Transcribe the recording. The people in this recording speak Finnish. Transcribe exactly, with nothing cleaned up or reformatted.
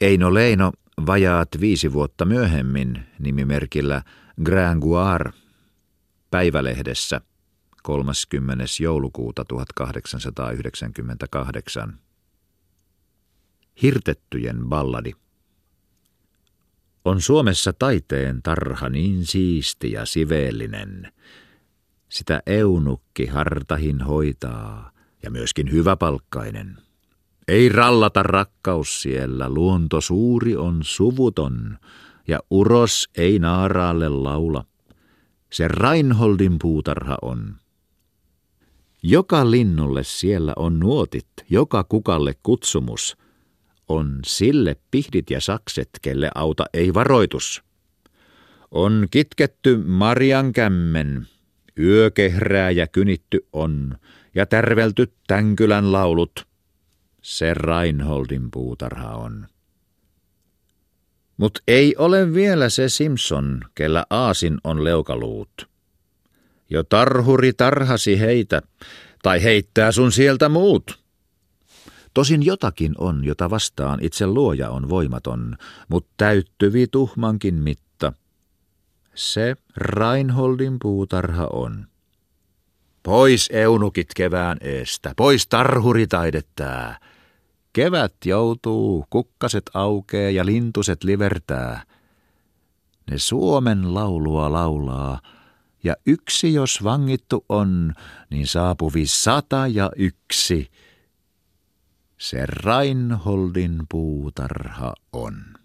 Eino Leino vajaat viisi vuotta myöhemmin nimimerkillä Gringoire päivälehdessä kolmaskymmenes joulukuuta tuhatkahdeksansataayhdeksänkymmentäkahdeksan. Hirtettyjen balladi. On Suomessa taiteen tarha niin siisti ja siveellinen. Sitä eunukki hartahin hoitaa ja myöskin hyväpalkkainen. Ei rallata rakkaus siellä, luonto suuri on suvuton ja uros ei naaraalle laula. Se Reinholdin puutarha on. Joka linnulle siellä on nuotit, joka kukalle kutsumus. On sille pihdit ja sakset, kelle auta ei varoitus. On kitketty Marian kämmen, yökehrää ja kynitty on, ja tärvelty tänkylän laulut. Se Reinholdin puutarha on. Mut ei ole vielä se Simpson, kellä aasin on leukaluut. Jo tarhuri tarhasi heitä, tai heittää sun sieltä muut. Tosin jotakin on, jota vastaan itse luoja on voimaton, mut täyttyvi tuhmankin mitta. Se Reinholdin puutarha on. Pois eunukit kevään eestä, pois tarhuritaidetää. Kevät joutuu, kukkaset aukee ja lintuset livertää. Ne Suomen laulua laulaa, ja yksi jos vangittu on, niin saapuvi sata ja yksi. Se Reinholdin puutarha on.